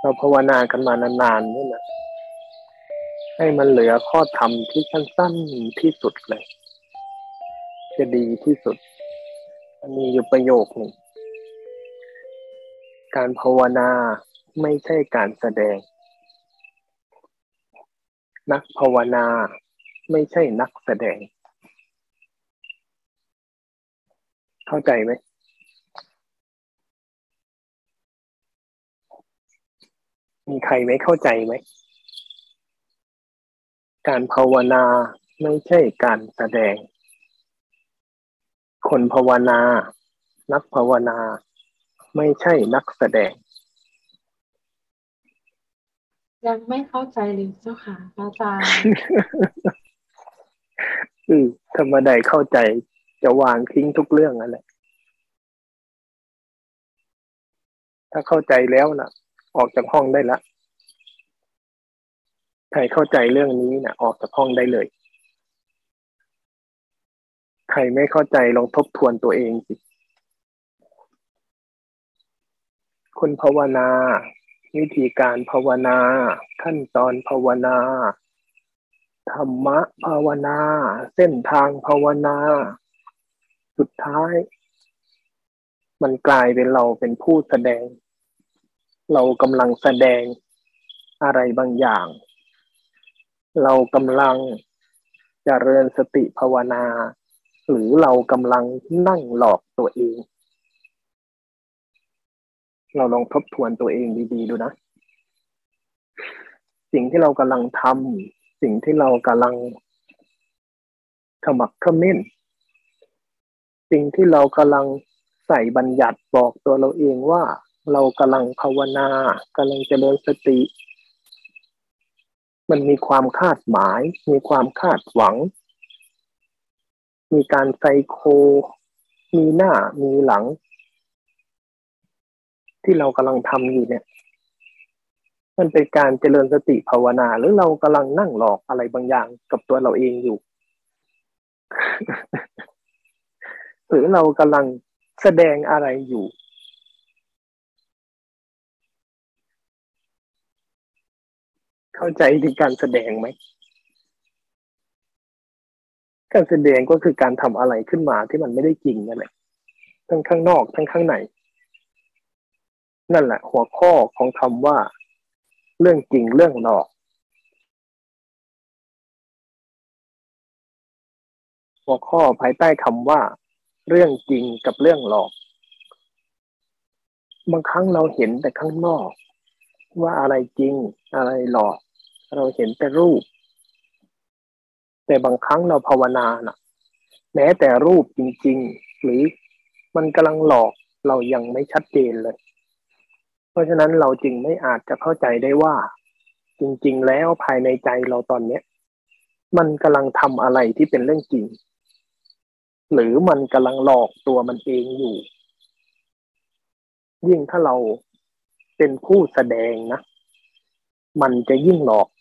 เราภาวนากันมานานๆนี่นะให้มันเหลือข้อธรรมที่สั้นๆที่สุดเลยจะดีที่สุดมันมีอยู่ประโยคหนึ่งการภาวนาไม่ใช่การแสดงนักภาวนาไม่ใช่นักแสดงเข้าใจไหมมีใครไม่เข้าใจไหมการภาวนาไม่ใช่การแสดงคนภาวนานักภาวนาไม่ใช่นักแสดงยังไม่เข้าใจเลยเจ้าค่ะพระอาจารย์ธรรมดาเข้าใจจะวางทิ้งทุกเรื่องนั่นแหละถ้าเข้าใจแล้วนะออกจากห้องได้ละใครเข้าใจเรื่องนี้นะออกจากห้องได้เลยใครไม่เข้าใจลองทบทวนตัวเองสิคนภาวนาวิธีการภาวนาขั้นตอนภาวนาธรรมะภาวนาเส้นทางภาวนาสุดท้ายมันกลายเป็นเราเป็นผู้แสดงเรากำลังแสดงอะไรบางอย่างเรากำลังเจริญสติภาวนาหรือเรากำลังนั่งหลอกตัวเองเราลองทบทวนตัวเองดีๆดูนะสิ่งที่เรากำลังทำสิ่งที่เรากำลังขมักเขม้นสิ่งที่เรากำลังใส่บัญญัติบอกตัวเราเองว่าเรากำลังภาวนากำลังเจริญสติมันมีความคาดหมายมีความคาดหวังมีการไซโคมีหน้ามีหลังที่เรากำลังทำอยู่เนี่ยมันเป็นการเจริญสติภาวนาหรือเรากำลังนั่งหลอกอะไรบางอย่างกับตัวเราเองอยู่หรือเรากำลังแสดงอะไรอยู่เข้าใจถึงการแสดงไหมการแสดงก็คือการทำอะไรขึ้นมาที่มันไม่ได้จริงนั่นแหละทั้งข้างนอกทั้งข้างในนั่นแหละหัวข้อของคำว่าเรื่องจริงเรื่องหลอกหัวข้อภายใต้คำว่าเรื่องจริงกับเรื่องหลอกบางครั้งเราเห็นแต่ข้างนอกว่าอะไรจริงอะไรหลอกเราเห็นแต่รูปแต่บางครั้งเราภาวนาน่ะแม้แต่รูปจริงๆหรือมันกำลังหลอกเรายังไม่ชัดเจนเลยเพราะฉะนั้นเราจึงไม่อาจจะเข้าใจได้ว่าจริงๆแล้วภายในใจเราตอนเนี้ยมันกำลังทำอะไรที่เป็นเรื่องจริงหรือมันกำลังหลอกตัวมันเองอยู่ยิ่งถ้าเราเป็นผู้แสดงนะมันจะยิ่งหลอก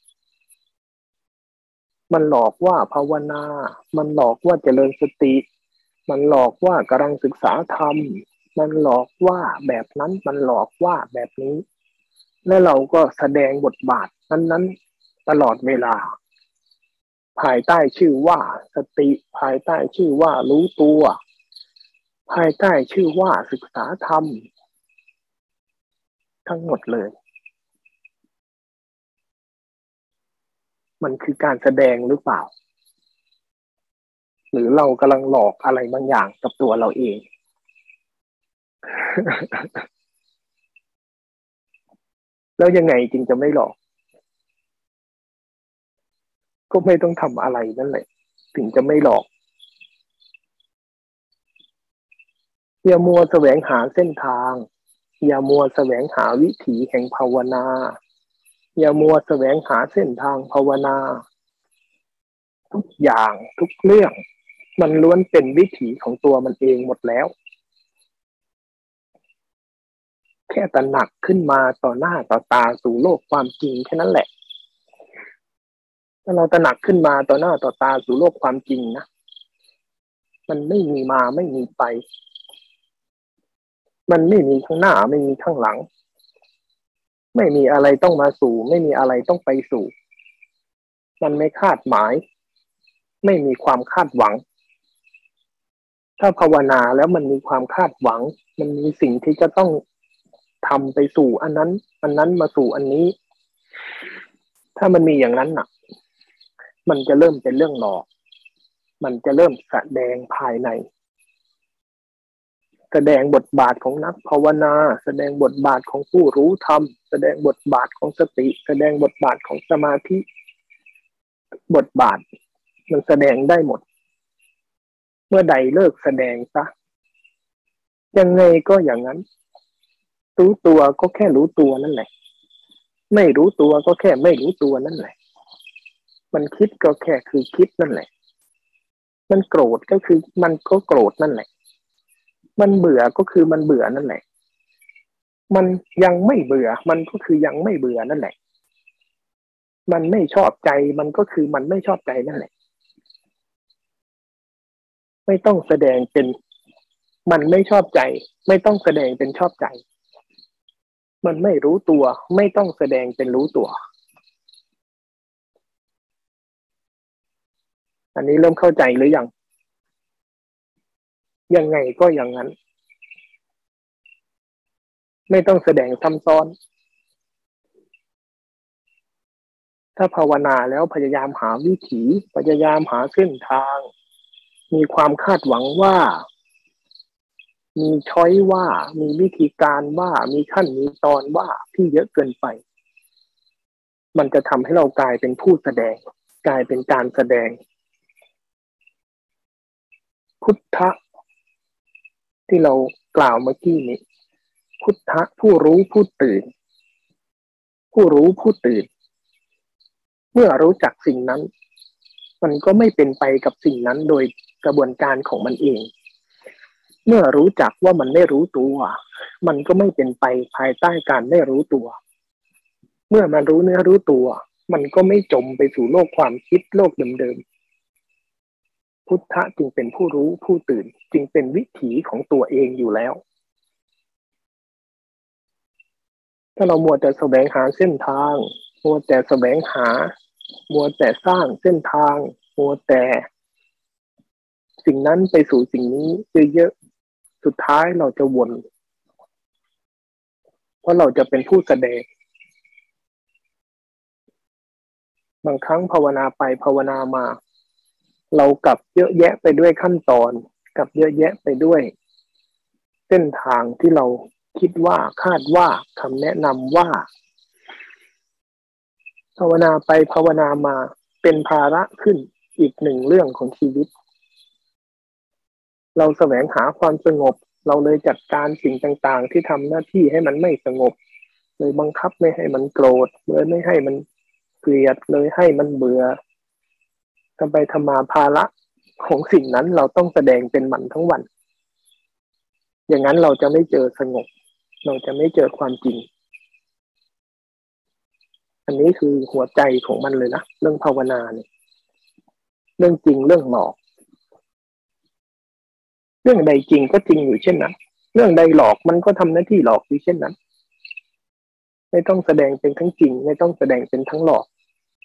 มันหลอกว่าภาวนามันหลอกว่าเจริญสติมันหลอกว่ากำลังศึกษาธรรมมันหลอกว่าแบบนั้นมันหลอกว่าแบบนี้และเราก็แสดงบทบาทนั้นๆตลอดเวลาภายใต้ชื่อว่าสติภายใต้ชื่อว่ารู้ตัวภายใต้ชื่อว่าศึกษาธรรมทั้งหมดเลยมันคือการแสดงหรือเปล่าหรือเรากำลังหลอกอะไรบางอย่างกับตัวเราเองแล้วยังไงจึงจะไม่หลอกก็ไม่ต้องทำอะไรนั่นแหละถึงจะไม่หลอกอย่ามัวแสวงหาเส้นทางอย่ามัวแสวงหาวิถีแห่งภาวนาอย่ามัวแสวงหาเส้นทางภาวนาทุกอย่างทุกเรื่องมันล้วนเป็นวิถีของตัวมันเองหมดแล้วแค่ตระหนักขึ้นมาต่อหน้าต่อตาสู่โลกความจริงแค่นั้นแหละถ้าเราตระหนักขึ้นมาต่อหน้าต่อตาสู่โลกความจริงนะมันไม่มีมาไม่มีไปมันไม่มีข้างหน้าไม่มีข้างหลังไม่มีอะไรต้องมาสู่ไม่มีอะไรต้องไปสู่มันไม่คาดหมายไม่มีความคาดหวังถ้าภาวนาแล้วมันมีความคาดหวังมันมีสิ่งที่จะต้องทำไปสู่อันนั้นมาสู่อันนี้ถ้ามันมีอย่างนั้นน่ะมันจะเริ่มเป็นเรื่องหลอกมันจะเริ่มแสดงภายในแสดงบทบาทของนักภาวนาแสดงบทบาทของผู้รู้ธรรมแสดงบทบาทของสติแสดงบทบาทของสมาธิบทบาทมันแสดงได้หมดเมื่อใดเลิกแสดงซะยังไงก็อย่างนั้นรู้ตัวก็แค่รู้ตัวนั่นแหละไม่รู้ตัวก็แค่ไม่รู้ตัวนั่นแหละมันคิดก็แค่คือคิดนั่นแหละมันโกรธก็คือมันก็โกรธนั่นแหละมันเบื่อก็คือมันเบื่อนั่นแหละมันยังไม่เบื่อมันก็คือยังไม่เบื่อนั่นแหละมันไม่ชอบใจมันก็คือมันไม่ชอบใจนั่นแหละไม่ต้องแสดงเป็นมันไม่ชอบใจไม่ต้องแสดงเป็นชอบใจมันไม่รู้ตัวไม่ต้องแสดงเป็นรู้ตัวอันนี้เริ่มเข้าใจหรือยังยังไงก็อย่างนั้นไม่ต้องแสดงซ้ำซ้อนถ้าภาวนาแล้วพยายามหาวิถีพยายามหาเส้นทางมีความคาดหวังว่ามีช้อยว่ามีวิธีการว่ามีขั้นมีตอนว่าที่เยอะเกินไปมันจะทำให้เรากลายเป็นผู้แสดงกลายเป็นการแสดงพุทธะที่เรากล่าวเมื่อกี้นี้พุทธะผู้รู้ผู้ตื่นผู้รู้ผู้ตื่นเมื่อรู้จักสิ่งนั้นมันก็ไม่เป็นไปกับสิ่งนั้นโดยกระบวนการของมันเองเมื่อรู้จักว่ามันไม่รู้ตัวมันก็ไม่เป็นไปภายใต้การไม่รู้ตัวเมื่อมันรู้เนื้อรู้ตัวมันก็ไม่จมไปสู่โลกความคิดโลกเดิมๆพุทธะจึงเป็นผู้รู้ผู้ตื่นจึงเป็นวิถีของตัวเองอยู่แล้วถ้าเรามัวแต่แสวงหาเส้นทางมัวแต่แสวงหามัวแต่สร้างเส้นทางมัวแต่สิ่งนั้นไปสู่สิ่งนี้เยอะๆสุดท้ายเราจะวนเพราะเราจะเป็นผู้แสดงบางครั้งภาวนาไปภาวนามาเรากลับเยอะแยะไปด้วยขั้นตอนกลับเยอะแยะไปด้วยเส้นทางที่เราคิดว่าคาดว่าคำแนะนำว่าภาวนาไปภาวนามาเป็นภาระขึ้นอีกหนึ่งเรื่องของชีวิตเราแสวงหาความสงบเราเลยจัดการสิ่งต่างๆที่ทำหน้าที่ให้มันไม่สงบเลยบังคับไม่ให้มันโกรธเลยไม่ให้มันเกลียดเลยให้มันเบื่อทำไปทำมาภาระของสิ่งนั้นเราต้องแสดงเป็นมันทั้งวันอย่างนั้นเราจะไม่เจอสงบเราจะไม่เจอความจริงอันนี้คือหัวใจของมันเลยนะเรื่องภาวนาเนี่ยเรื่องจริงเรื่องหลอกเรื่องใดจริงก็จริงอยู่เช่นนั้นเรื่องใดหลอกมันก็ทำหน้าที่หลอกอยู่เช่นนั้นไม่ต้องแสดงเป็นทั้งจริงไม่ต้องแสดงเป็นทั้งหลอก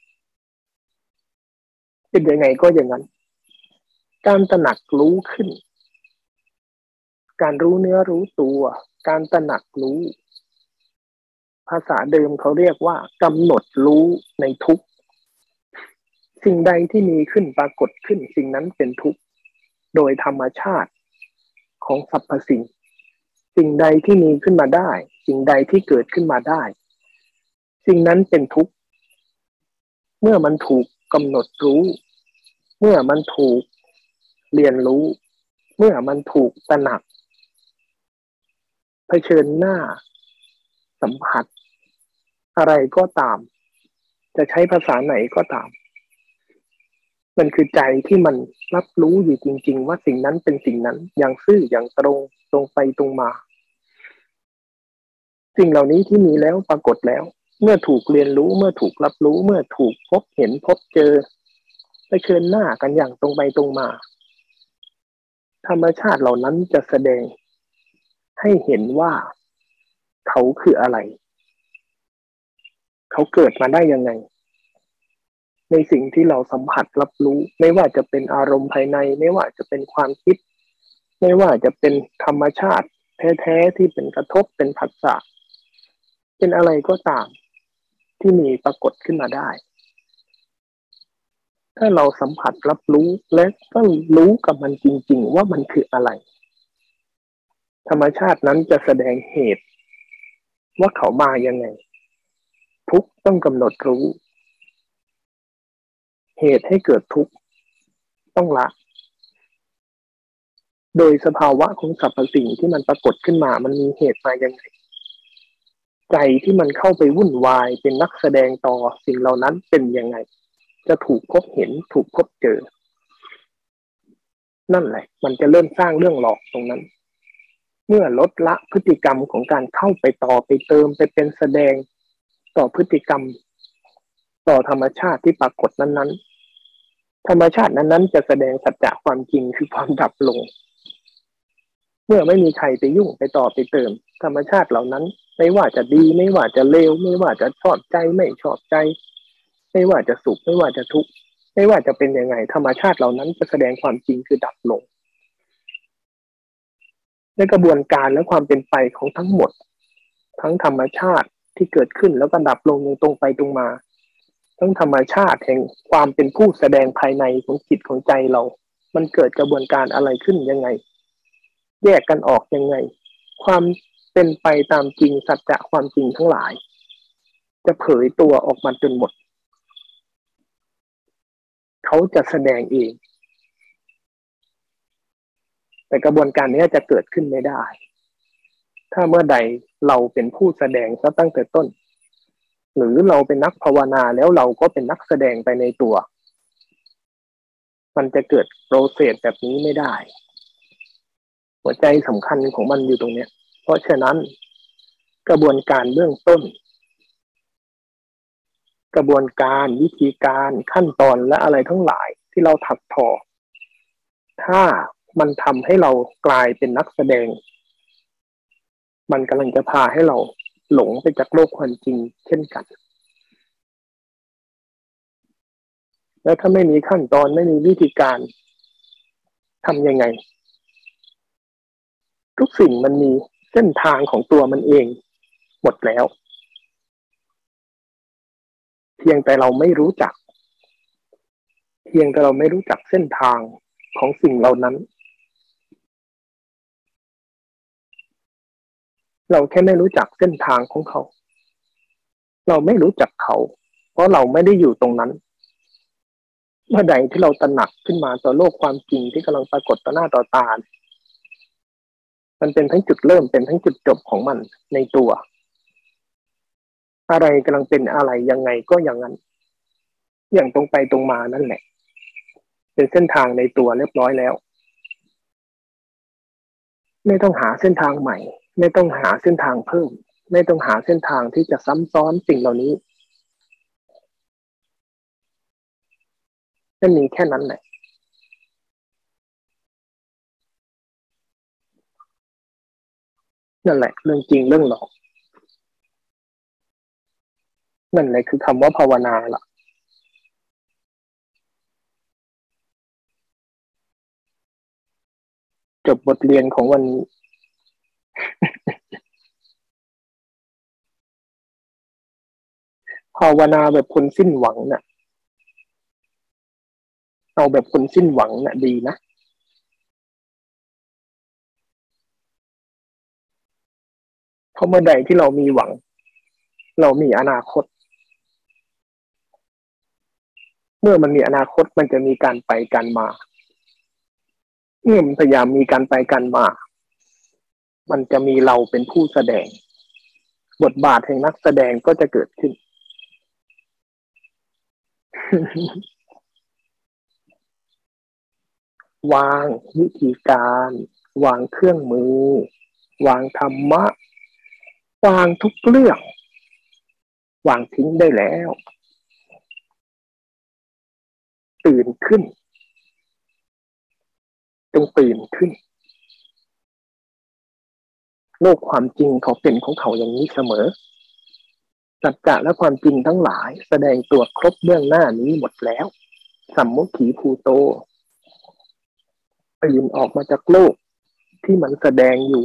เป็นยังไงก็อย่างนั้นการตระหนักรู้ขึ้นการรู้เนื้อรู้ตัวการตระหนักรู้ภาษาเดิมเขาเรียกว่ากำหนดรู้ในทุกสิ่งใดที่มีขึ้นปรากฏขึ้นสิ่งนั้นเป็นทุกข์โดยธรรมชาติของสรรพสิ่งสิ่งใดที่มีขึ้นมาได้สิ่งใดที่เกิดขึ้นมาได้สิ่งนั้นเป็นทุกข์เมื่อมันถูกกำหนดรู้เมื่อมันถูกเรียนรู้เมื่อมันถูกตระหนักเผชิญหน้าสัมผัสอะไรก็ตามจะใช้ภาษาไหนก็ตามมันคือใจที่มันรับรู้อยู่จริงๆว่าสิ่งนั้นเป็นสิ่งนั้นอย่างซื่ออย่างตรงไปตรงมาสิ่งเหล่านี้ที่มีแล้วปรากฏแล้วเมื่อถูกเรียนรู้เมื่อถูกรับรู้เมื่อถูกพบเห็นพบเจอเผชิญหน้ากันอย่างตรงไปตรงมาธรรมชาติเหล่านั้นจะแสดงให้เห็นว่าเขาคืออะไรเขาเกิดมาได้ยังไงในสิ่งที่เราสัมผัสรับรู้ไม่ว่าจะเป็นอารมณ์ภายในไม่ว่าจะเป็นความคิดไม่ว่าจะเป็นธรรมชาติแท้ๆที่เป็นกระทบเป็นผัสสะเป็นอะไรก็ตามที่มีปรากฏขึ้นมาได้ถ้าเราสัมผัสรับรู้และก็รู้กับมันจริงๆว่ามันคืออะไรธรรมชาตินั้นจะแสดงเหตุว่าเขามายังไงทุกข์ต้องกำหนดรู้เหตุให้เกิดทุกข์ต้องละโดยสภาวะของสรรพสิ่งที่มันปรากฏขึ้นมามันมีเหตุมายังไงใจที่มันเข้าไปวุ่นวายเป็นนักแสดงต่อสิ่งเหล่านั้นเป็นยังไงจะถูกพบเห็นถูกพบเจอนั่นแหละมันจะเริ่มสร้างเรื่องหลอกตรงนั้นเมื่อลดละพฤติกรรมของการเข้าไปต่อไปเติมไปเป็นแสดงต่อพฤติกรรมต่อธรรมชาติที่ปรากฏนั้นๆธรรมชาตินั้นๆจะแสดงสัจจะความจริงคือความดับลงเมื่อไม่มีใครไปยุ่งไปต่อไปเติมธรรมชาติเหล่านั้นไม่ว่าจะดีไม่ว่าจะเลวไม่ว่าจะชอบใจไม่ชอบใจไม่ว่าจะสุขไม่ว่าจะทุกข์ไม่ว่าจะเป็นยังไงธรรมชาติเหล่านั้นจะแสดงความจริงคือดับลงในกระบวนการและความเป็นไปของทั้งหมดทั้งธรรมชาติที่เกิดขึ้นแล้วก็ดับลงอย่างตรงไปตรงมาทั้งธรรมชาติแห่งความเป็นผู้แสดงภายในของจิตของใจเรามันเกิดกระบวนการอะไรขึ้นยังไงแยกกันออกยังไงความเป็นไปตามจริงสัจจะความจริงทั้งหลายจะเผยตัวออกมาจนหมดเขาจะแสดงเองแต่กระบวนการนี้จะเกิดขึ้นไม่ได้ถ้าเมื่อใดเราเป็นผู้แสดงซะตั้งแต่ต้นหรือเราเป็นนักภาวนาแล้วเราก็เป็นนักแสดงไปในตัวมันจะเกิดโปรเซสแบบนี้ไม่ได้หัวใจสำคัญของมันอยู่ตรงนี้เพราะฉะนั้นกระบวนการเบื้องต้นกระบวนการวิธีการขั้นตอนและอะไรทั้งหลายที่เราถักทอถ้ามันทำให้เรากลายเป็นนักแสดงมันกำลังจะพาให้เราหลงไปจากโลกความจริงเช่นกันแล้วถ้าไม่มีขั้นตอนไม่มีวิธีการทำยังไงทุกสิ่งมันมีเส้นทางของตัวมันเองหมดแล้วเพียงแต่เราไม่รู้จักเพียงแต่เราไม่รู้จักเส้นทางของสิ่งเหล่านั้นเราแค่ไม่รู้จักเส้นทางของเขาเราไม่รู้จักเขาเพราะเราไม่ได้อยู่ตรงนั้นเมื่อใดที่เราตระหนักขึ้นมาต่อโลกความจริงที่กำลังปรากฏต่อหน้าต่อตามันเป็นทั้งจุดเริ่มเป็นทั้งจุดจบของมันในตัวอะไรกำลังเป็นอะไรยังไงก็อย่างนั้นอย่างตรงไปตรงมานั่นแหละเป็นเส้นทางในตัวเรียบร้อยแล้วไม่ต้องหาเส้นทางใหม่ไม่ต้องหาเส้นทางเพิ่มไม่ต้องหาเส้นทางที่จะซ้ำซ้อนสิ่งเหล่านี้จะมีแค่นั้นแหละนั่นแหละเรื่องจริงเรื่องหลอกนั่นแหละคือคำว่าภาวนาล่ะจบบทเรียนของวันนี้ภาวนาแบบคนสิ้นหวังน่ะเอาแบบคนสิ้นหวังน่ะดีนะเพราะเมื่อใดที่เรามีหวังเรามีอนาคตเมื่อมันมีอนาคตมันจะมีการไปการมาเมื่อมันพยายามมีการไปการมามันจะมีเราเป็นผู้แสดงบทบาทแห่งนักแสดงก็จะเกิดขึ้น วางวิธีการวางเครื่องมือวางธรรมะวางทุกเรื่องวางทิ้งได้แล้วตื่นขึ้นจงตื่นขึ้นโลกความจริงเขาเป็นของเขาอย่างนี้เสมอสัจจะและความจริงทั้งหลายแสดงตัวครบเบื้องหน้านี้หมดแล้วสัมมุขีภูโตตื่นออกมาจากโลกที่มันแสดงอยู่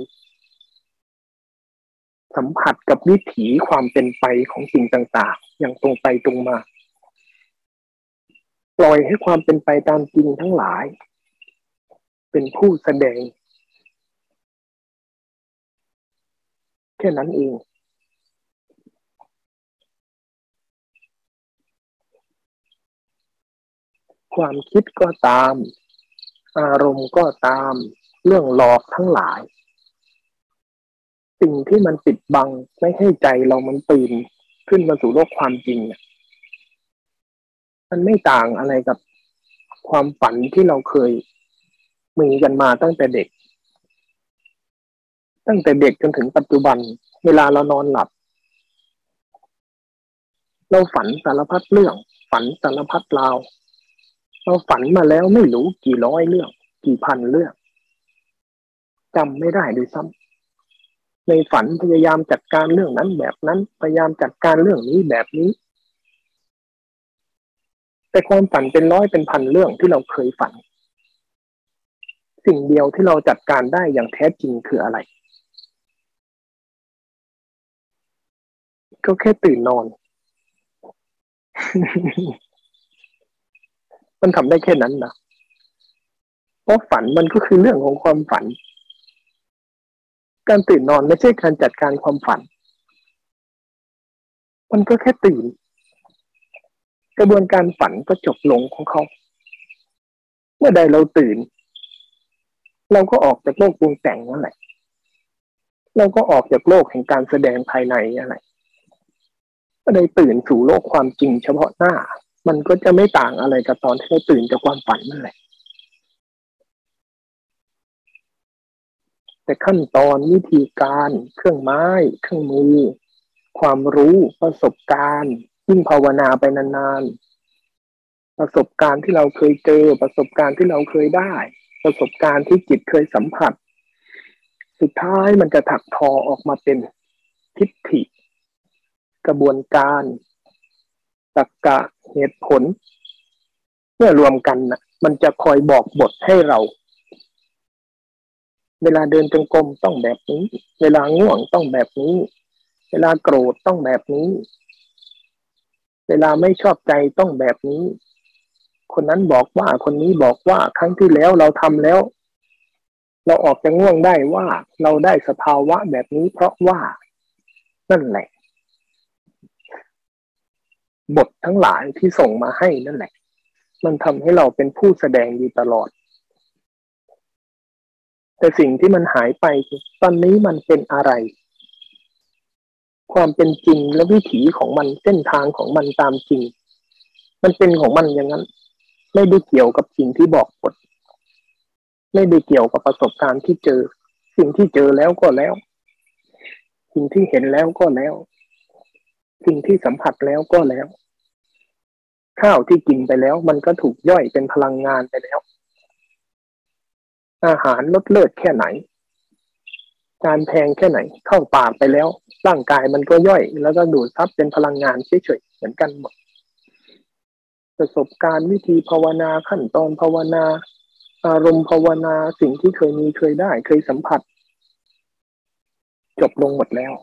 สัมผัสกับวิถีความเป็นไปของสิ่งต่างๆอย่างตรงไปตรงมาปล่อยให้ความเป็นไปตามจริงทั้งหลายเป็นผู้แสดงแค่นั้นเองความคิดก็ตามอารมณ์ก็ตามเรื่องหลอกทั้งหลายสิ่งที่มันปิดบังไม่ให้ใจเรามันตื่นขึ้นมาสู่โลกความจริงเนี่ยมันไม่ต่างอะไรกับความฝันที่เราเคยมีกันมาตั้งแต่เด็กจนถึงปัจจุบันเวลาเรานอนหลับเราฝันสารพัดเรื่องฝันสารพัดราวเราฝันมาแล้วไม่รู้กี่ร้อยเรื่องกี่พันเรื่องจำไม่ได้ด้วยซ้ำในฝันพยายามจัดการเรื่องนั้นแบบนั้นพยายามจัดการเรื่องนี้แบบนี้แต่ความฝันเป็นร้อยเป็นพันเรื่องที่เราเคยฝันสิ่งเดียวที่เราจัดการได้อย่างแท้จริงคืออะไรก็แค่ตื่นนอน มันทำได้แค่นั้นนะเพราะฝันมันก็คือเรื่องของความฝันการตื่นนอนไม่ใช่การจัดการความฝันมันก็แค่ตื่นกระบวนการฝันก็จบลงของเขาเมื่อใดเราตื่นเราก็ออกจากโลกปรุงแต่งนั่นแหละเราก็ออกจากโลกแห่งการแสดงภายในอะไรเมื่อใดตื่นสู่โลกความจริงเฉพาะหน้ามันก็จะไม่ต่างอะไรกับตอนที่เราตื่นจากความฝันนั่นแหละแต่ขั้นตอนวิธีการเครื่องไม้เครื่องมือความรู้ประสบการณ์ยิ่งภาวนาไปนานๆประสบการณ์ที่เราเคยเจอประสบการณ์ที่เราเคยได้ประสบการณ์ที่จิตเคยสัมผัสสุดท้ายมันจะถักทอออกมาเป็นทิฏฐิกระบวนการตรรกะเหตุผลเมื่อรวมกันนะมันจะคอยบอกบทให้เราเวลาเดินจงกรมต้องแบบนี้เวลาง่วงต้องแบบนี้เวลาโกรธต้องแบบนี้เวลาไม่ชอบใจต้องแบบนี้คนนั้นบอกว่าคนนี้บอกว่าครั้งที่แล้วเราทำแล้วเราออกจากง่วงได้ว่าเราได้สภาวะแบบนี้เพราะว่านั่นแหละบททั้งหลายที่ส่งมาให้นั่นแหละมันทำให้เราเป็นผู้แสดงอยู่ตลอดแต่สิ่งที่มันหายไปตอนนี้มันเป็นอะไรความเป็นจริงและวิถีของมันเส้นทางของมันตามจริงมันเป็นของมันอย่างนั้นไม่ได้เกี่ยวกับสิ่งที่บอกบทไม่ได้เกี่ยวกับประสบการณ์ที่เจอสิ่งที่เจอแล้วก็แล้วสิ่งที่เห็นแล้วก็แล้วสิ่งที่สัมผัสแล้วก็แล้วข้าวที่กินไปแล้วมันก็ถูกย่อยเป็นพลังงานไปแล้วอาหารลดเลิศแค่ไหนการแพงแค่ไหนเข้าปากไปแล้วร่างกายมันก็ย่อยแล้วก็ดูดซับเป็นพลังงานเฉยๆเหมือนกันหมดประสบการณ์วิธีภาวนาขั้นตอนภาวนาอารมณ์ภาวนาสิ่งที่เคยมีเคยได้เคยสัมผัสจบลงหมดแล้ว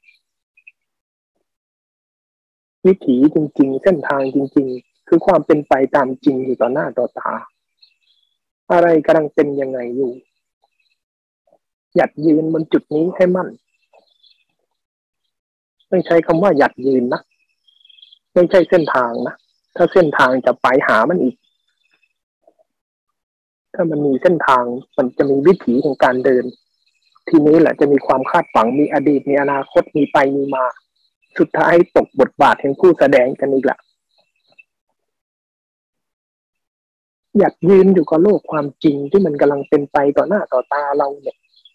วิถีจริงๆเส้นทางจริงๆคือความเป็นไปตามจริงอยู่ต่อหน้าต่อตาอะไรกำลังเป็นยังไงอยู่หยัดยืนบนจุดนี้ให้มั่นไม่ใช้คำว่าหยัดยืนนะไม่ใช่เส้นทางนะถ้าเส้นทางจะไปหามันอีกถ้ามันมีเส้นทางมันจะมีวิถีของการเดินทีนี้แหละจะมีความคาดหวังมีอดีตมีอนาคตมีไปมีมาสุดท้ายตกบทบาทแห่งผู้แสดงกันอีกละอยากยืนอยู่กับโลกความจริงที่มันกำลังเป็นไปต่อหน้าต่อตาเราเนี่ย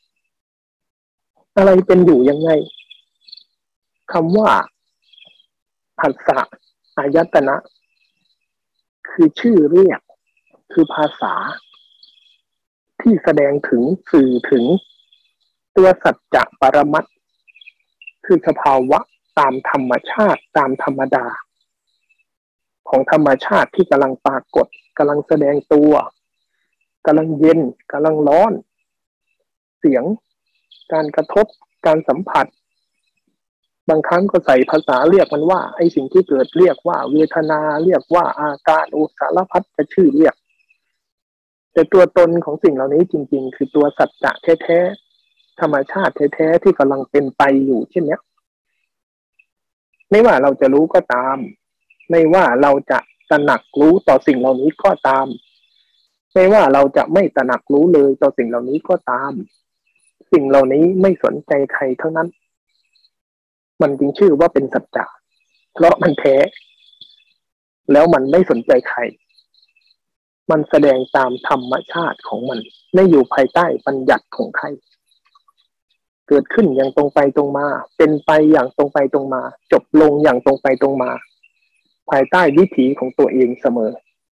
อะไรเป็นอยู่ยังไงคำว่าผัสสะอายตนะคือชื่อเรียกคือภาษาที่แสดงถึงสื่อถึงตัวสัจจะปรมัตถ์คือสภาวะตามธรรมชาติตามธรรมดาของธรรมชาติที่กำลังปรากฏกำลังแสดงตัวกำลังเย็นกำลังร้อนเสียงการกระทบการสัมผัสบางครั้งก็ใส่ภาษาเรียกมันว่าไอ้สิ่งที่เกิดเรียกว่าเวทนาเรียกว่าอาการสารพัดจะชื่อเรียกแต่ตัวตนของสิ่งเหล่านี้จริงๆคือตัวสัจจะแท้ๆธรรมชาติแท้ๆที่กำลังเป็นไปอยู่เช่นนี้ไม่ว่าเราจะรู้ก็ตามไม่ว่าเราจะตระหนักรู้ต่อสิ่งเหล่านี้ก็ตามไม่ว่าเราจะไม่ตระหนักรู้เลยต่อสิ่งเหล่านี้ก็ตามสิ่งเหล่านี้ไม่สนใจใครทั้งนั้นมันจึงชื่อว่าเป็นสัจจะเพราะมันแท้แล้วมันไม่สนใจใครมันแสดงตามธรรมชาติของมันไม่อยู่ภายใต้บัญญัติของใครเกิดขึ้นอย่างตรงไปตรงมาเป็นไปอย่างตรงไปตรงมาจบลงอย่างตรงไปตรงมาภายใต้วิถีของตัวเองเสมอ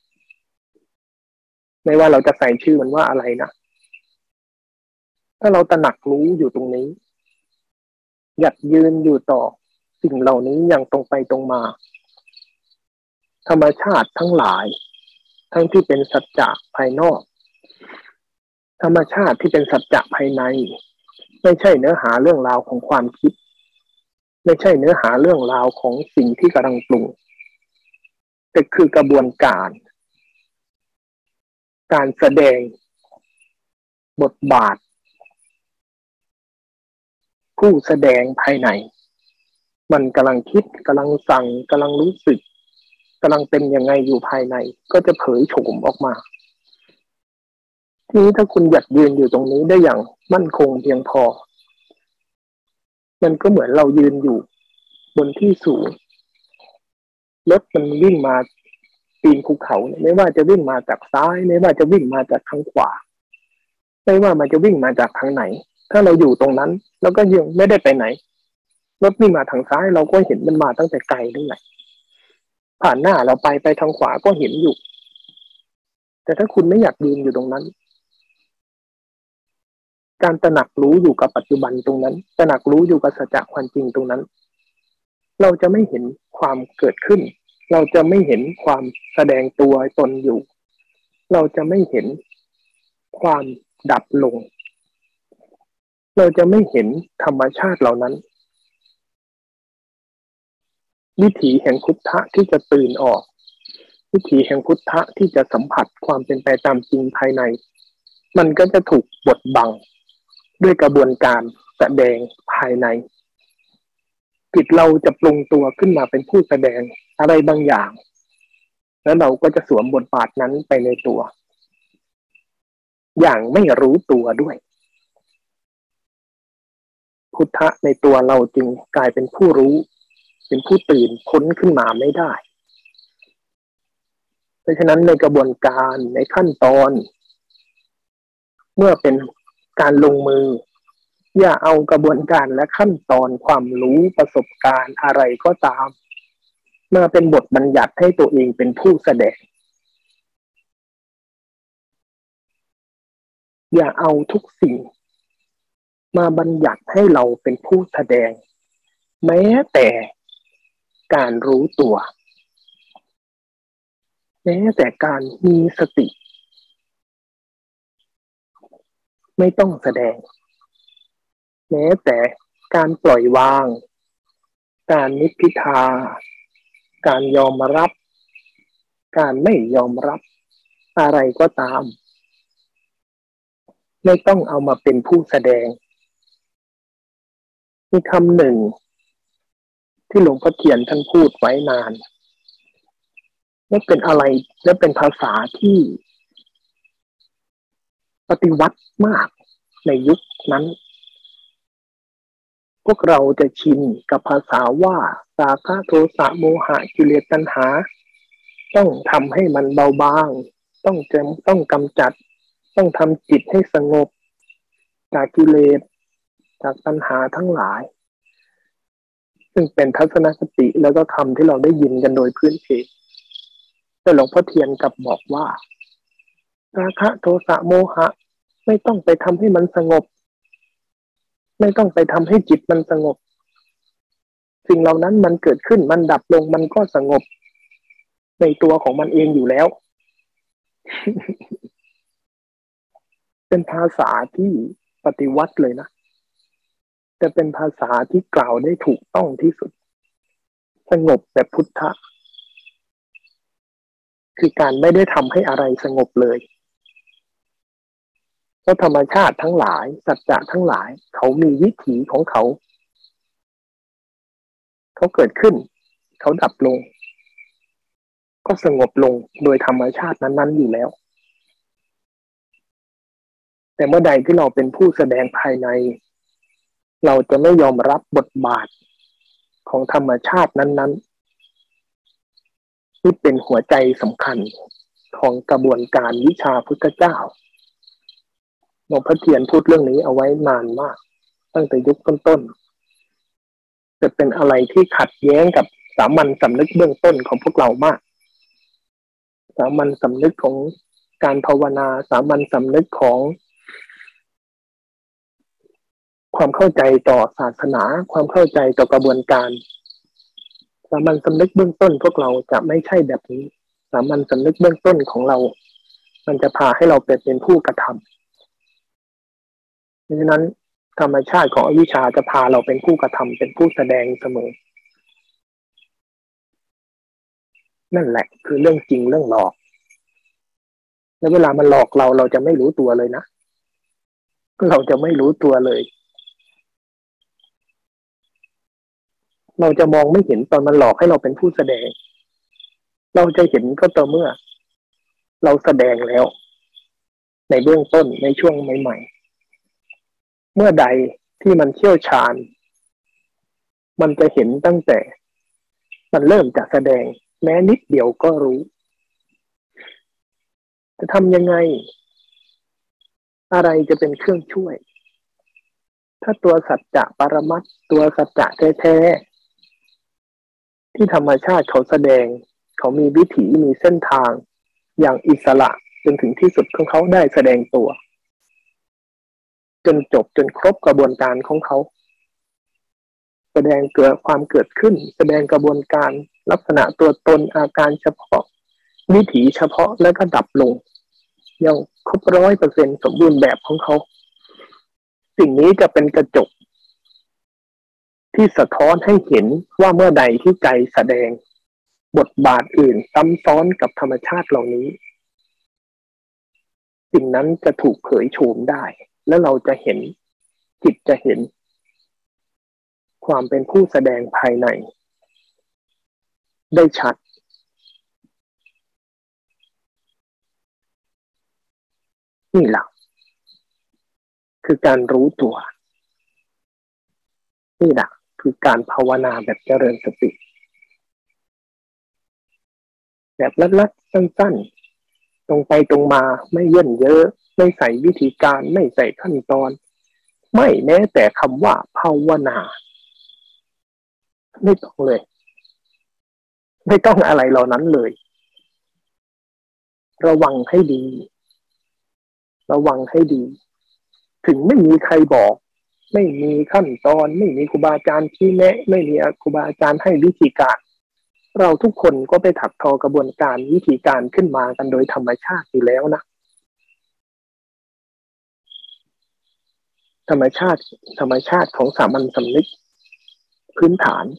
ไม่ว่าเราจะใส่ชื่อมันว่าอะไรนะถ้าเราตระหนักรู้อยู่ตรงนี้หยัดยืนอยู่ต่อสิ่งเหล่านี้อย่างตรงไปตรงมาธรรมชาติทั้งหลายทั้งที่เป็นสัจจะภายนอกธรรมชาติที่เป็นสัจจะภายในไม่ใช่เนื้อหาเรื่องราวของความคิดไม่ใช่เนื้อหาเรื่องราวของสิ่งที่กำลังปรุงแต่คือกระบวนการแสดงบทบาทผู้แสดงภายในมันกำลังคิดกำลังสั่งกำลังรู้สึกกำลังเป็นยังไงอยู่ภายในก็จะเผยโฉมออกมาทีนี้ถ้าคุณหยัดยืนอยู่ตรงนี้ได้อย่างมั่นคงเพียงพอมันก็เหมือนเรายืนอยู่บนที่สูงรถมันวิ่งมาปีนภูเขาไม่ว่าจะวิ่งมาจากซ้ายไม่ว่าจะวิ่งมาจากทางขวาไม่ว่ามันจะวิ่งมาจากทางไหนถ้าเราอยู่ตรงนั้นแล้วก็ยังไม่ได้ไปไหนรถวิ่งมาทางซ้ายเราก็เห็นมันมาตั้งแต่ไกลนั่นแหละผ่านหน้าเราไปทางขวาก็เห็นอยู่แต่ถ้าคุณไม่อยากยืนอยู่ตรงนั้นการตระหนักรู้อยู่กับปัจจุบันตรงนั้นตระหนักรู้อยู่กับสัจจะความจริงตรงนั้นเราจะไม่เห็นความเกิดขึ้นเราจะไม่เห็นความแสดงตัวตนอยู่เราจะไม่เห็นความดับลงเราจะไม่เห็นธรรมชาติเหล่านั้นวิถีแห่งพุทธะที่จะตื่นออกวิถีแห่งพุทธะที่จะสัมผัสความเป็นไปตามจริงภายในมันก็จะถูกบดบังด้วยกระบวนการแสดงภายในจิตเราจะปรุงตัวขึ้นมาเป็นผู้แสดงอะไรบางอย่างแล้วเราก็จะสวมบทบาทนั้นไปในตัวอย่างไม่รู้ตัวด้วยพุทธะในตัวเราจึงกลายเป็นผู้รู้เป็นผู้ตื่นพ้นขึ้นมาไม่ได้เพราะฉะนั้นในกระบวนการในขั้นตอนเมื่อเป็นการลงมืออย่าเอากระบวนการและขั้นตอนความรู้ประสบการณ์อะไรก็ตามมาเป็นบทบัญญัติให้ตัวเองเป็นผู้แสดงอย่าเอาทุกสิ่งมาบัญญัติให้เราเป็นผู้แสดงแม้แต่การรู้ตัวแม้แต่การมีสติไม่ต้องแสดงแม้แต่การปล่อยวางการนิพพิทาการยอมรับการไม่ยอมรับอะไรก็ตามไม่ต้องเอามาเป็นผู้แสดงมีคำหนึ่งที่หลวงพ่อเทียนท่านพูดไว้นานและเป็นอะไรและเป็นภาษาที่ปฏิวัติมากในยุคนั้นพวกเราจะชินกับภาษาว่าราคะโทสะโมหะกิเลสตัณหาต้องทำให้มันเบาบางต้องกำจัดต้องทำจิตให้สงบจากกิเลสจากตัณหาทั้งหลายซึ่งเป็นทัศนคติแล้วก็คำที่เราได้ยินกันโดยพื้นเพแต่หลวงพ่อเทียนกลับบอกว่าราคะโทสะโมหะไม่ต้องไปทำให้มันสงบไม่ต้องไปทำให้จิตมันสงบสิ่งเหล่านั้นมันเกิดขึ้นมันดับลงมันก็สงบในตัวของมันเองอยู่แล้ว เป็นภาษาที่ปฏิวัติเลยนะแต่เป็นภาษาที่กล่าวได้ถูกต้องที่สุดสงบแบบพุทธะคือการไม่ได้ทำให้อะไรสงบเลยเพราะธรรมชาติทั้งหลายสัจจะทั้งหลายเขามีวิถีของเขาเกิดขึ้นเขาดับลงก็สงบลงโดยธรรมชาตินั้นๆอยู่แล้วแต่เมื่อใดที่เราเป็นผู้แสดงภายในเราจะไม่ยอมรับบทบาทของธรรมชาตินั้นๆที่เป็นหัวใจสำคัญของกระบวนการวิชาพุทธเจ้าหลวงพ่อเทียนพูดเรื่องนี้เอาไว้นานมากตั้งแต่ยุคต้นๆจะเป็นอะไรที่ขัดแย้งกับสามัญสำนึกเบื้องต้นของพวกเรามากสามัญสำนึกของการภาวนาสามัญสำนึกของความเข้าใจต่อศาสนาความเข้าใจต่อกระบวนการสามัญสำนึกเบื้องต้นพวกเราจะไม่ใช่แบบนี้สามัญสำนึกเบื้องต้นของเรามันจะพาให้เราเป็นผู้กระทำดังนั้นธรรมชาติของอวิชชาจะพาเราเป็นผู้กระทำเป็นผู้แสดงเสมอนั่นแหละคือเรื่องจริงเรื่องหลอกแล้วเวลามันหลอกเราจะไม่รู้ตัวเลยนะเราจะไม่รู้ตัวเลยเราจะมองไม่เห็นตอนมันหลอกให้เราเป็นผู้แสดงเราจะเห็นก็ต่อเมื่อเราแสดงแล้วในเบื้องต้นในช่วงใหม่ๆเมื่อใดที่มันเชี่ยวชาญมันจะเห็นตั้งแต่มันเริ่มจะแสดงแม้นิดเดียวก็รู้จะทำยังไงอะไรจะเป็นเครื่องช่วยถ้าตัวสัจจะปรมัตถ์ตัวสัจจะแท้ๆที่ธรรมชาติเขาแสดงเขามีวิถีมีเส้นทางอย่างอิสระจนถึงที่สุดของเขาได้แสดงตัวจนจบจนครบกระบวนการของเขาแสดงเกิดความเกิดขึ้นแสดงกระบวนการลักษณะตัวตนอาการเฉพาะวิถีเฉพาะแล้วก็ดับลงอย่างครบ100%สมบูรณ์แบบของเขาสิ่งนี้จะเป็นกระจกที่สะท้อนให้เห็นว่าเมื่อใดที่ใจแสดงบทบาทอื่นซ้ำซ้อนกับธรรมชาติเหล่านี้สิ่งนั้นจะถูกเผยโฉมได้และเราจะเห็นจิตจะเห็นความเป็นผู้แสดงภายในได้ชัดนี่แหละคือการรู้ตัวนี่แหละคือการภาวนาแบบเจริญสติแบบลัดๆสั้นๆตรงไปตรงมาไม่เยินเยอะไม่ใส่วิธีการไม่ใส่ขั้นตอนไม่แม้แต่คำว่าภาวนาไม่ต้องเลยไม่ต้องอะไรเหล่านั้นเลยระวังให้ดีระวังให้ดีถึงไม่มีใครบอกไม่มีขั้นตอนไม่มีครูบาอาจารย์ชี้แนะไม่มีครูบาอาจารย์ให้วิธีการเราทุกคนก็ไปถักทอกระบวนการวิธีการขึ้นมากันโดยธรรมชาติอยู่แล้วนะธรรมชาติของสามัญสำนึกพื้นฐาน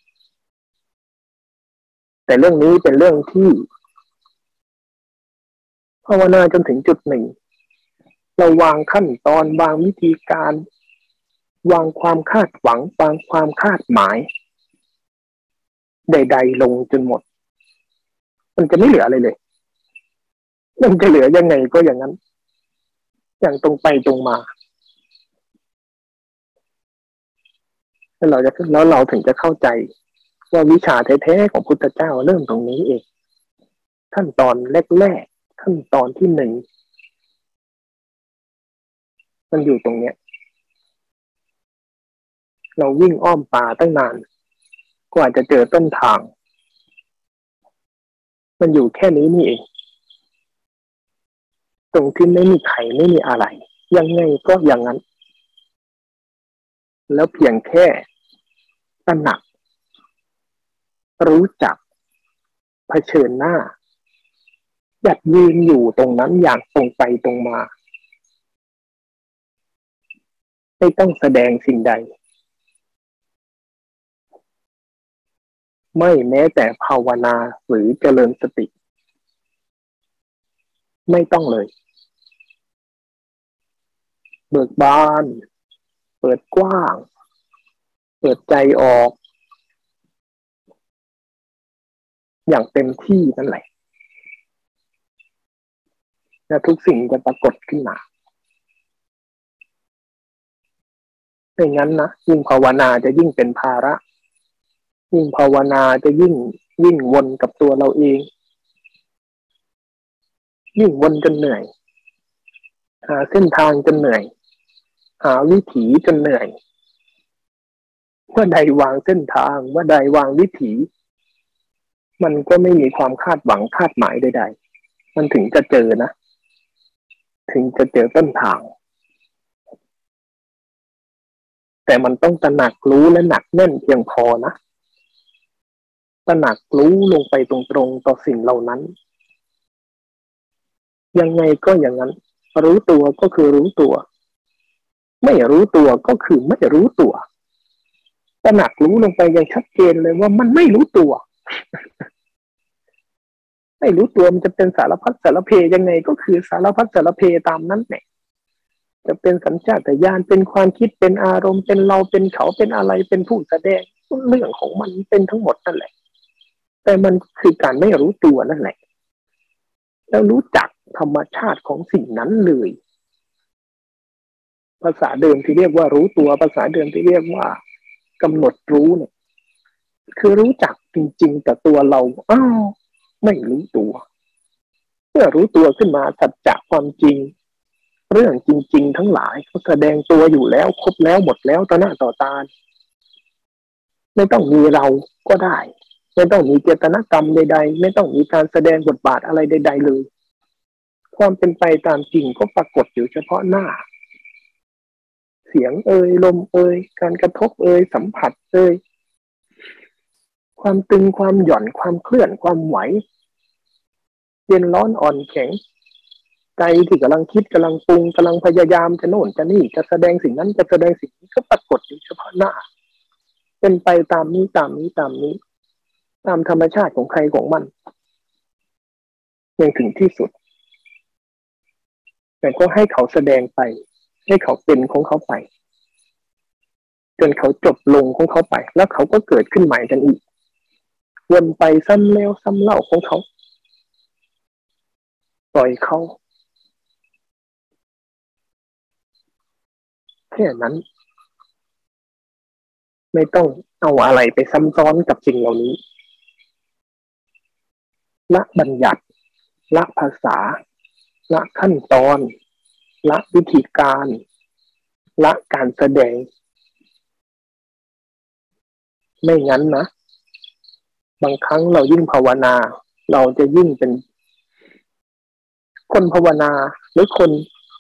แต่เรื่องนี้เป็นเรื่องที่ภาวนาจนถึงจุดหนึ่งเราวางขั้นตอนวางวิธีการวางความคาดหวังวางความคาดหมายใดๆลงจนหมดมันจะไม่เหลืออะไรเลยมันจะเหลือยังไงก็อย่างนั้นอย่างตรงไปตรงมาแล้วเราถึงจะเข้าใจว่าวิชาแท้ๆของพุทธเจ้าเริ่มตรงนี้เองขั้นตอนแรกๆขั้นตอนที่1มันอยู่ตรงเนี้ยเราวิ่งอ้อมป่าตั้งนานกว่าจะเจอต้นทางมันอยู่แค่นี้นี่เองตรงที่ไม่มีใครไม่มีอะไรยังไงก็อย่างนั้นแล้วเพียงแค่ตระหนักรู้จักเผชิญหน้าอยากยืนอยู่ตรงนั้นอย่างตรงไปตรงมาไม่ต้องแสดงสิ่งใดไม่แม้แต่ภาวนาหรือเจริญสติไม่ต้องเลยเบิกบานเปิดกว้างเปิดใจออกอย่างเต็มที่นั่นแหละและทุกสิ่งจะปรากฏขึ้นมาไม่งั้นนะยิ่งภาวนาจะยิ่งเป็นภาระยิ่งภาวนาจะยิ่งวนกับตัวเราเองยิ่งวนจนเหนื่อยหาเส้นทางจนเหนื่อยหาวิถีจนเหนื่อยเมื่อใดวางเส้นทางเมื่อใดวางวิถีมันก็ไม่มีความคาดหวังคาดหมายใดๆมันถึงจะเจอนะถึงจะเจอต้นทางแต่มันต้องตระหนักรู้และหนักแน่นเพียงพอนะตระหนักรู้ลงไปตรงๆต่อสิ่งเหล่านั้นยังไงก็อย่างนั้นรู้ตัวก็คือรู้ตัวไม่รู้ตัวก็คือไม่รู้ตัวตระหนักรู้ลงไปอย่างชัดเจนเลยว่ามันไม่รู้ตัวไม่รู้ตัวมันจะเป็นสารพัดสารเพยังไงก็คือสารพัดสารเพตามนั้นแหละจะเป็นสัญชาตญาณเป็นความคิดเป็นอารมณ์เป็นเราเป็นเขาเป็นอะไรเป็นผู้แสดงเรื่องของมันเป็นทั้งหมดนั่นแหละแต่มันคือการไม่รู้ตัวนั่นแหละแล้วรู้จักธรรมชาติของสิ่งนั้นเลยภาษาเดิมที่เรียกว่ารู้ตัวภาษาเดิมที่เรียกว่ากำหนดรู้เนี่ยคือรู้จักจริงๆแต่ตัวเราอ้าวไม่รู้ตัวเมื่อรู้ตัวขึ้นมาสัจจะความจริงเรื่องจริงๆทั้งหลายเขาแสดงตัวอยู่แล้วครบแล้วหมดแล้วต่อหน้าต่อตาไม่ต้องมีเราก็ได้ไม่ต้องมีเจตนากรรมใดๆไม่ต้องมีการแสดงบทบาทอะไรใดๆเลยความเป็นไปตามจริงก็ปรากฏอยู่เฉพาะหน้าเสียงเอ่ยลมเอ่ยการกระทบเอ่ยสัมผัสเอ่ยความตึงความหย่อนความเคลื่อนความไหวเย็นร้อนอ่อนแข็งใจที่กำลังคิดกำลังปรุงกำลังพยายามจะโน่นจะนี่จะแสดงสิ่งนั้นจะแสดงสิ่งนี้ก็ปรากฏอยู่เฉพาะหน้าเป็นไปตามนี้ตามนี้ตามนี้ตามธรรมชาติของใครของมันยังถึงที่สุดแต่ก็ให้เขาแสดงไปให้เขาเป็นของเขาไปจนเขาจบลงของเขาไปแล้วเขาก็เกิดขึ้นใหม่กันอีกวนไปซ้ำแล้วซ้ำเล่าของเขาปล่อยเขาแค่นั้นไม่ต้องเอาอะไรไปซ้ำซ้อนกับสิ่งเหล่านี้ละบัญญัติละภาษาละขั้นตอนละวิธีการละการแสดงไม่งั้นนะบางครั้งเรายิ่งภาวนาเราจะยิ่งเป็นคนภาวนาหรือคน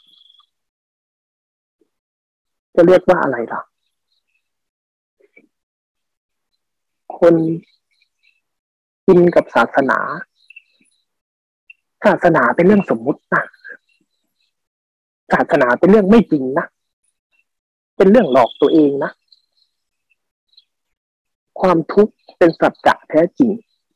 จะเรียกว่าอะไรล่ะคนอินกับศาสนาศาสนาเป็นเรื่องสมมุตินะศาสนาเป็นเรื่องไม่จริงนะเป็นเรื่องหลอกตัวเองนะความทุกข์เป็นสัจจะแท้จริง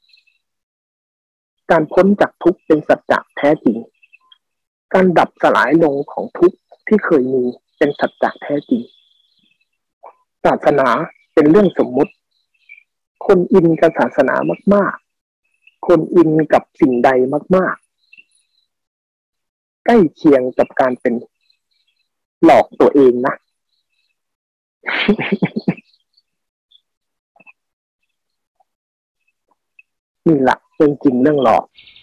การพ้นจากทุกข์เป็นสัจจะแท้จริงการดับสลายลงของทุกข์ที่เคยมีเป็นสัจจะแท้จริงศาสนาเป็นเรื่องสมมุติคนอินกับศาสนามากๆคนอินกับสิ่งใดมากๆใกล้เคียงกับการเป็นหลอกตัวเองนะ นี่แหละเป็นจริงเรื่องหลอก